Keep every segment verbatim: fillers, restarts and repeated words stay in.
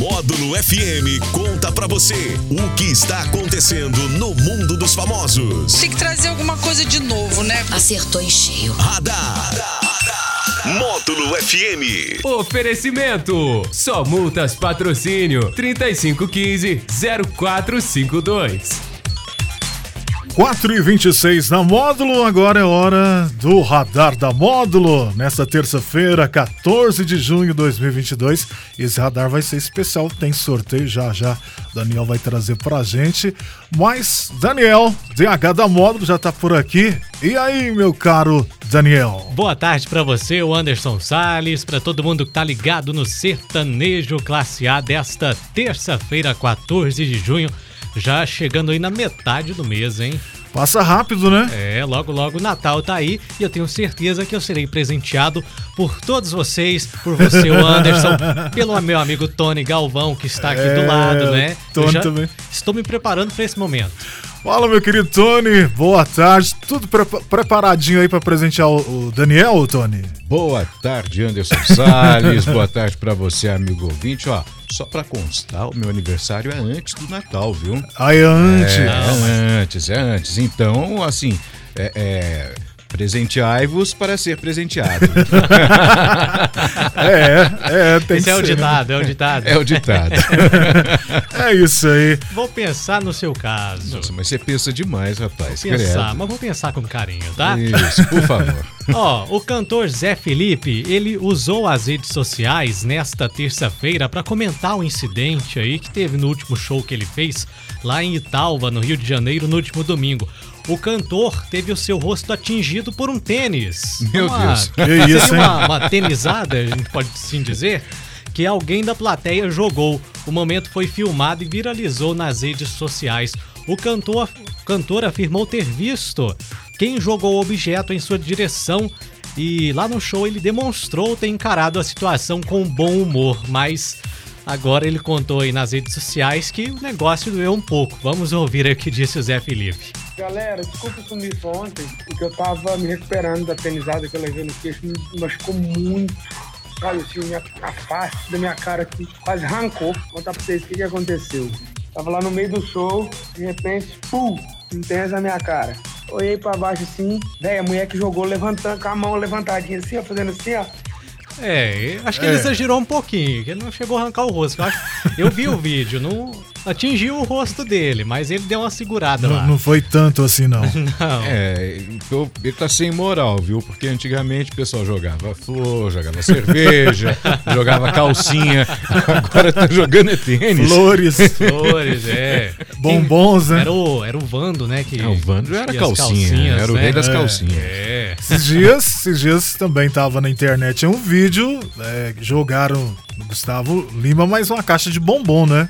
Módulo F M conta pra você o que está acontecendo no mundo dos famosos. Tem que trazer alguma coisa de novo, né? Acertou em cheio. Radar. Módulo F M. Oferecimento. Só Multas Patrocínio trinta e cinco quinze, zero quatro cinco dois. quatro e vinte e seis na Módulo, agora é hora do Radar da Módulo. Nesta terça-feira, quatorze de junho de dois mil e vinte e dois, esse radar vai ser especial, tem sorteio já já, Daniel vai trazer pra gente. Mas, Daniel, D H da Módulo já tá por aqui. E aí, meu caro Daniel? Boa tarde pra você, o Anderson Salles, pra todo mundo que tá ligado no Sertanejo Classe A desta terça-feira, quatorze de junho. Já chegando aí na metade do mês, hein? Passa rápido, né? É, logo logo o Natal tá aí e eu tenho certeza que eu serei presenteado por todos vocês, por você, o Anderson, pelo meu amigo Tony Galvão, que está aqui é, do lado, né? Tony eu já também. Estou me preparando para esse momento. Fala, meu querido Tony, boa tarde. Tudo pre- preparadinho aí para presentear o, o Daniel, Tony? Boa tarde, Anderson Salles. Boa tarde para você, amigo ouvinte. Ó, só para constar, o meu aniversário é antes do Natal, viu? Ah, é antes? É, é antes, é antes. Então, assim, é... é... presenteai-vos para ser presenteado. é, é, tem Esse que é ser, o ditado, né? é o ditado. É o ditado. É isso aí. Vou pensar no seu caso. Nossa, mas você pensa demais, rapaz. Vou pensar, credo. mas vou pensar com carinho, tá? Isso, por favor. Ó, o cantor Zé Felipe, ele usou as redes sociais nesta terça-feira para comentar o incidente aí que teve no último show que ele fez lá em Italva, no Rio de Janeiro, no último domingo. O cantor teve o seu rosto atingido por um tênis. Meu uma, Deus. Que isso, seria hein? uma, uma tenisada, a gente pode sim dizer, que alguém da plateia jogou. O momento foi filmado e viralizou nas redes sociais. O cantor, cantor afirmou ter visto quem jogou o objeto em sua direção e lá no show ele demonstrou ter encarado a situação com bom humor, mas agora ele contou aí nas redes sociais que o negócio doeu um pouco. Vamos ouvir aí o que disse o Zé Felipe. Galera, desculpa o sumiço ontem, porque eu tava me recuperando da tenisada que eu levei no queixo, me machucou muito. Sabe assim, minha, a face da minha cara aqui quase arrancou. Vou contar pra vocês o que, que aconteceu. Tava lá no meio do show, de repente, pum, um tênis na minha cara. Olhei pra baixo assim, velho, a mulher que jogou levantando, com a mão levantadinha assim, ó, fazendo assim, ó. É, acho que ele É. exagerou um pouquinho, que ele não chegou a arrancar o rosto. Eu, acho, eu vi o vídeo, não atingiu o rosto dele, mas ele deu uma segurada lá. Não, não foi tanto assim, não. Não. É, então, ele tá sem moral, viu? Porque antigamente o pessoal jogava flor, jogava cerveja, jogava calcinha, agora tá jogando é tênis. Flores, Flores, é. bombons, né? Era o, era o Vando, né? Que É, o Vando era e as calcinha, calcinhas, era o né? rei das É. calcinhas. É. Esses dias, esses dias também tava na internet um vídeo, é, jogaram no Gustavo Lima mais uma caixa de bombom, né?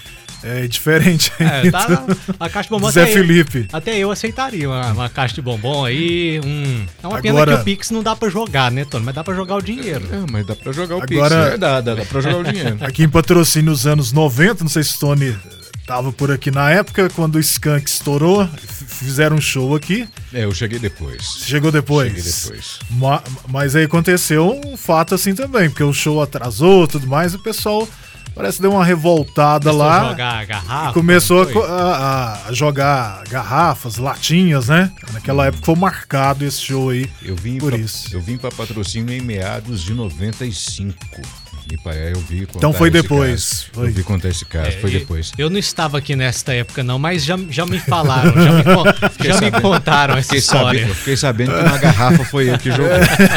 É diferente É, aí tá, do- a caixa de bombom do Zé até eu- Felipe. Até eu aceitaria uma, uma caixa de bombom aí. Um... É uma pena Agora- que o Pix não dá pra jogar, né, Tony? Mas dá pra jogar o dinheiro. É, mas dá pra jogar o Agora- Pix, né? Dá, dá, dá pra jogar o dinheiro. Aqui em patrocínio nos anos noventa, não sei se o Tony tava por aqui na época, quando o Skank estourou, f- fizeram um show aqui. É, eu cheguei depois. Chegou depois. Cheguei depois. Ma- mas aí aconteceu um fato assim também, porque o show atrasou e tudo mais, e o pessoal parece que deu uma revoltada Começou lá. a jogar garrafa. E começou a, não co- foi? a- a jogar garrafas, latinhas, né? Naquela época foi marcado esse show aí. Eu vim Por pra, isso. Eu vim pra patrocínio em meados de noventa e cinco. E pá, eu vi contar Então foi esse depois, caso. foi. Eu vi contar esse caso, É, foi e- depois. Eu não estava aqui nesta época, não, mas já, já me falaram, já me, con- já me contaram essa Fiquei história. sabendo, eu fiquei sabendo que uma garrafa foi ele que jogou.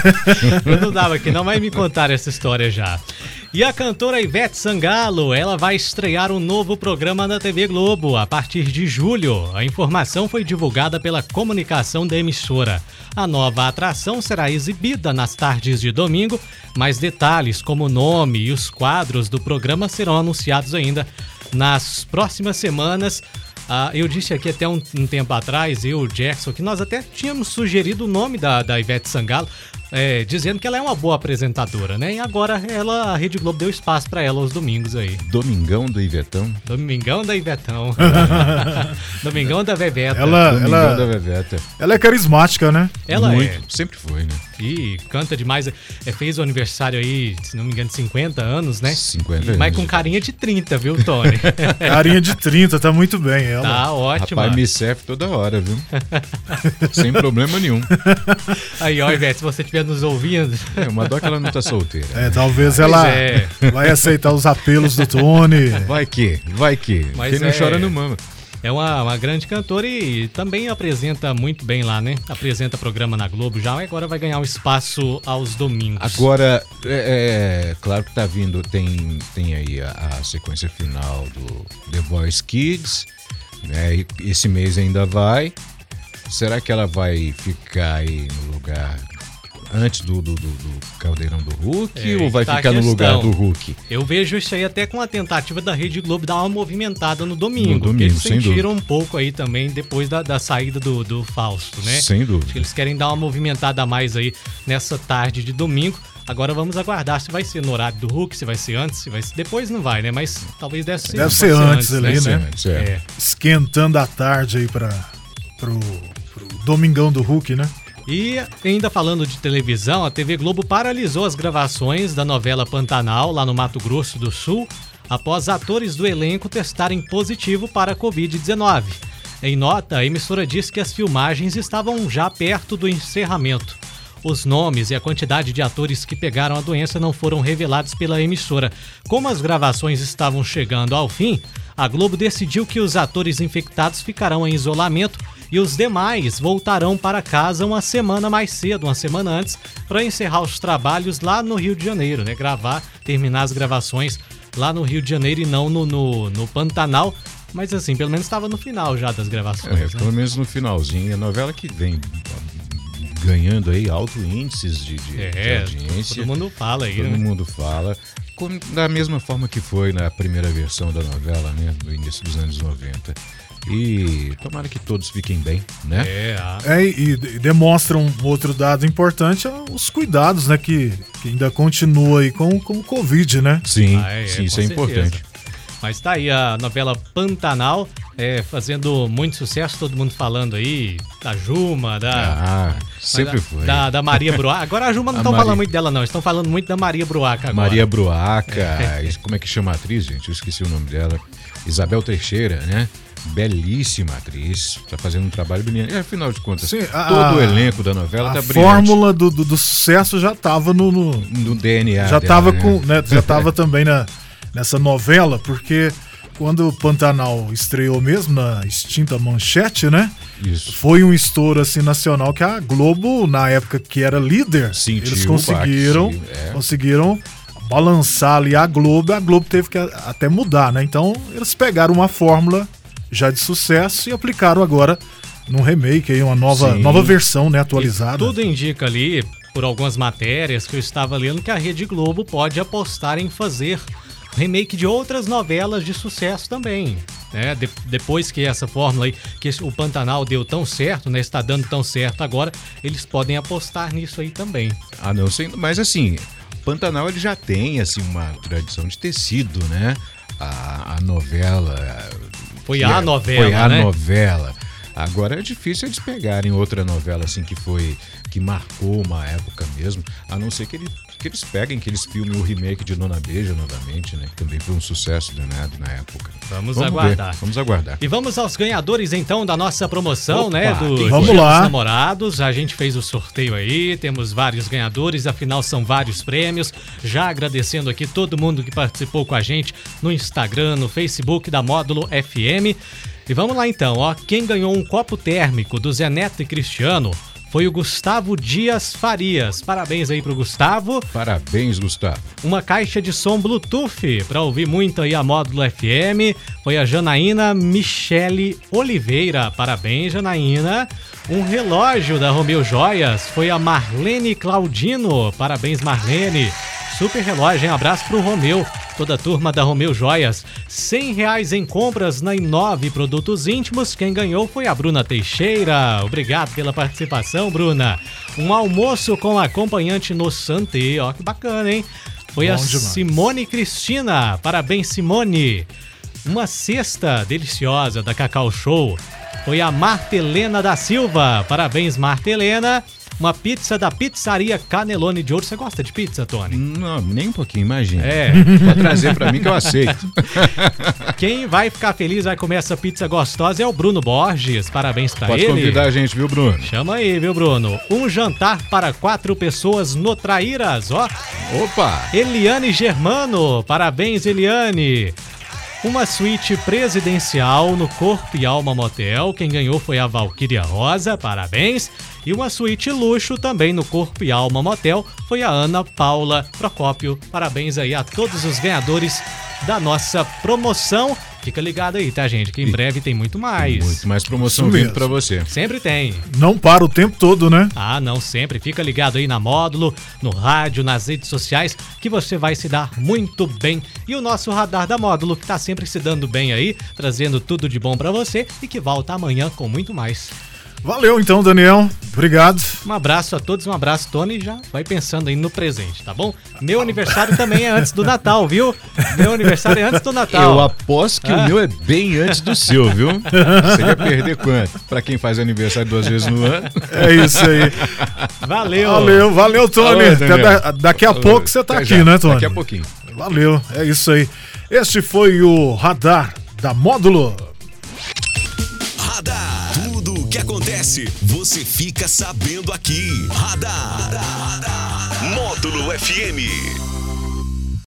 Eu não dava aqui não, mas me contaram essa história já. E a cantora Ivete Sangalo, ela vai estrear um novo programa na T V Globo a partir de julho. A informação foi divulgada pela comunicação da emissora. A nova atração será exibida nas tardes de domingo, mas detalhes como o nome e os quadros do programa serão anunciados ainda nas próximas semanas. Ah, eu disse aqui até um, um tempo atrás, eu, o Jackson, que nós até tínhamos sugerido o nome da, da Ivete Sangalo é, dizendo que ela é uma boa apresentadora, né? E agora ela, a Rede Globo deu espaço pra ela aos domingos aí. Domingão do Ivetão. Domingão da Ivetão. Domingão da Veveta. Ela, Domingão ela, da Veveta. ela é carismática, né? Ela Muito, é. sempre foi, né? E canta demais. É, fez o aniversário aí, se não me engano, de cinquenta anos, né? cinquenta E, anos. mas com carinha de trinta, viu, Tony? Carinha de trinta, tá muito bem ela. Tá ótima. Rapaz, me serve toda hora, viu? Sem problema nenhum. Aí, ó, Ivete, se você estiver nos ouvindo... É, uma dó que ela não tá solteira. É, talvez ela é. vai aceitar os apelos do Tony. Vai que, vai que. Mas Quem não é- chora não mama. É uma, uma grande cantora e também apresenta muito bem lá, né? Apresenta programa na Globo já e agora vai ganhar um espaço aos domingos. Agora, é, é claro que tá vindo, tem, tem aí a, a sequência final do The Voice Kids, né? E esse mês ainda vai. Será que ela vai ficar aí no lugar antes do, do, do, do Caldeirão do Hulk É, ou vai tá a ficar no questão. lugar do Hulk? Eu vejo isso aí até com a tentativa da Rede Globo dar uma movimentada no domingo. No domingo, porque eles sem sentiram um pouco aí também depois da, da saída do, do Fausto, né? Sem dúvida. Acho que eles querem dar uma movimentada a mais aí nessa tarde de domingo. Agora vamos aguardar se vai ser no horário do Hulk, se vai ser antes, se vai ser... Depois não vai, né? Mas talvez deve ser, Deve ser antes ali, Deve ser né? antes, é. É. Esquentando a tarde aí pra, pro, pro Domingão do Hulk, né? E ainda falando de televisão, a T V Globo paralisou as gravações da novela Pantanal, lá no Mato Grosso do Sul, após atores do elenco testarem positivo para a covid dezenove. Em nota, a emissora diz que as filmagens estavam já perto do encerramento. Os nomes e a quantidade de atores que pegaram a doença não foram revelados pela emissora. Como as gravações estavam chegando ao fim, a Globo decidiu que os atores infectados ficarão em isolamento e os demais voltarão para casa uma semana mais cedo, uma semana antes, para encerrar os trabalhos lá no Rio de Janeiro, né? Gravar, terminar as gravações lá no Rio de Janeiro e não no, no, no Pantanal. Mas assim, pelo menos estava no final já das gravações, É, né? pelo menos no finalzinho. A novela que vem ganhando aí altos índices de, de, É, de audiência. todo mundo fala aí, Todo né? mundo fala. Como, da mesma forma que foi na primeira versão da novela, né? No início dos anos noventa. E tomara que todos fiquem bem, né? É, a... É, e, e demonstra um outro dado importante, é os cuidados, né? Que, que ainda continua aí com, com o Covid, né? Sim, Ah, é, sim, com isso é certeza. importante. Mas tá aí a novela Pantanal, é, fazendo muito sucesso, todo mundo falando aí, da Juma, da... Ah, sempre da, foi. Da, da Maria Bruaca. Agora a Juma não A estão Maria- falando muito dela, não. Estão falando muito da Maria Bruaca agora. Maria Bruaca, como é que chama a atriz, gente? Eu esqueci o nome dela. Isabel Teixeira, né? Belíssima atriz, tá fazendo um trabalho brilhante. E, afinal de contas, Sim, a- todo o elenco da novela A tá brilhante. fórmula do, do, do sucesso já tava no... no- No D N A já dela, tava né? com, né, já tava também na, nessa novela, porque quando o Pantanal estreou mesmo na extinta Manchete, né? Isso. Foi um estouro assim nacional que a Globo, na época que era líder, Sentiu eles o conseguiram, baque, sim, é. conseguiram balançar ali a Globo, a Globo teve que a- até mudar, né? Então eles pegaram uma fórmula já de sucesso e aplicaram agora num remake aí, uma nova, Sim. nova versão, né, E atualizada. tudo indica ali, por algumas matérias que eu estava lendo, que a Rede Globo pode apostar em fazer remake de outras novelas de sucesso também. Né? De- depois que essa fórmula aí, que o Pantanal deu tão certo, né? Está dando tão certo agora, eles podem apostar nisso aí também. Ah, não sei, mas assim, Pantanal ele já tem assim uma tradição de ter sido, né? A, a novela. Foi que a é- novela, Foi a né? novela. Agora é difícil eles pegarem outra novela assim que foi que marcou uma época mesmo, a não ser que, ele, que eles peguem, que eles filmem o remake de Nona Beija novamente, né? Que também foi um sucesso danado na época. Vamos, Vamos aguardar. ver, vamos aguardar. E vamos aos ganhadores então da nossa promoção, Opa, né? Do quem Vamos Dia lá. dos Namorados. A gente fez o sorteio aí, temos vários ganhadores, afinal são vários prêmios. Já agradecendo aqui todo mundo que participou com a gente no Instagram, no Facebook da Módulo F M. E vamos lá então, ó. Quem ganhou um copo térmico do Zé Neto e Cristiano foi o Gustavo Dias Farias. Parabéns aí pro Gustavo. Parabéns, Gustavo. Uma caixa de som Bluetooth para ouvir muito aí a Módulo F M. Foi a Janaína Michele Oliveira. Parabéns, Janaína. Um relógio da Romeu Joias foi a Marlene Claudino. Parabéns, Marlene. Super relógio, hein? Abraço pro Romeu. toda a turma da Romeu Joias. cem reais em compras na Inove Produtos Íntimos. Quem ganhou foi a Bruna Teixeira. Obrigado pela participação, Bruna. Um almoço com acompanhante no Santé. Ó, que bacana, hein? Foi Bom a demais. Simone Cristina. Parabéns, Simone. Uma cesta deliciosa da Cacau Show. Foi a Marta Helena da Silva. Parabéns, Marta Helena. Uma pizza da Pizzaria Canelone de Ouro. Você gosta de pizza, Tony? Não, nem um pouquinho, imagina. É. Pode trazer pra mim que eu aceito. Quem vai ficar feliz, vai comer essa pizza gostosa é o Bruno Borges. Parabéns pra Pode ele. Pode convidar a gente, viu, Bruno? Chama aí, viu, Bruno? Um jantar para quatro pessoas no Traíras, ó. Opa! Eliane Germano. Parabéns, Eliane. Uma suíte presidencial no Corpo e Alma Motel. Quem ganhou foi a Valquíria Rosa, parabéns. E uma suíte luxo também no Corpo e Alma Motel foi a Ana Paula Procópio. Parabéns aí a todos os ganhadores da nossa promoção. Fica ligado aí, tá, gente? Que em breve tem muito mais. Muito mais promoção vindo pra você. Sempre tem. Não para o tempo todo, né? Ah, não, sempre. Fica ligado aí na Módulo, no rádio, nas redes sociais, que você vai se dar muito bem. E o nosso Radar da Módulo, que tá sempre se dando bem aí, trazendo tudo de bom pra você e que volta amanhã com muito mais. Valeu então, Daniel. Obrigado. Um abraço a todos, um abraço, Tony. Já vai pensando aí no presente, tá bom? Meu aniversário também é antes do Natal, viu? Meu aniversário é antes do Natal. Eu aposto que ah. o meu é bem antes do seu, viu? Você quer perder quanto? Pra quem faz aniversário duas vezes no ano. É isso aí. Valeu. Valeu, valeu, Tony. Alô, Até da, daqui a Alô, pouco você tá aqui, já, né, Tony? Daqui a pouquinho. Valeu, é isso aí. Este foi o Radar da Módulo. Radar. Tudo o que acontece, você fica sabendo aqui. Radar. Radar. Módulo F M.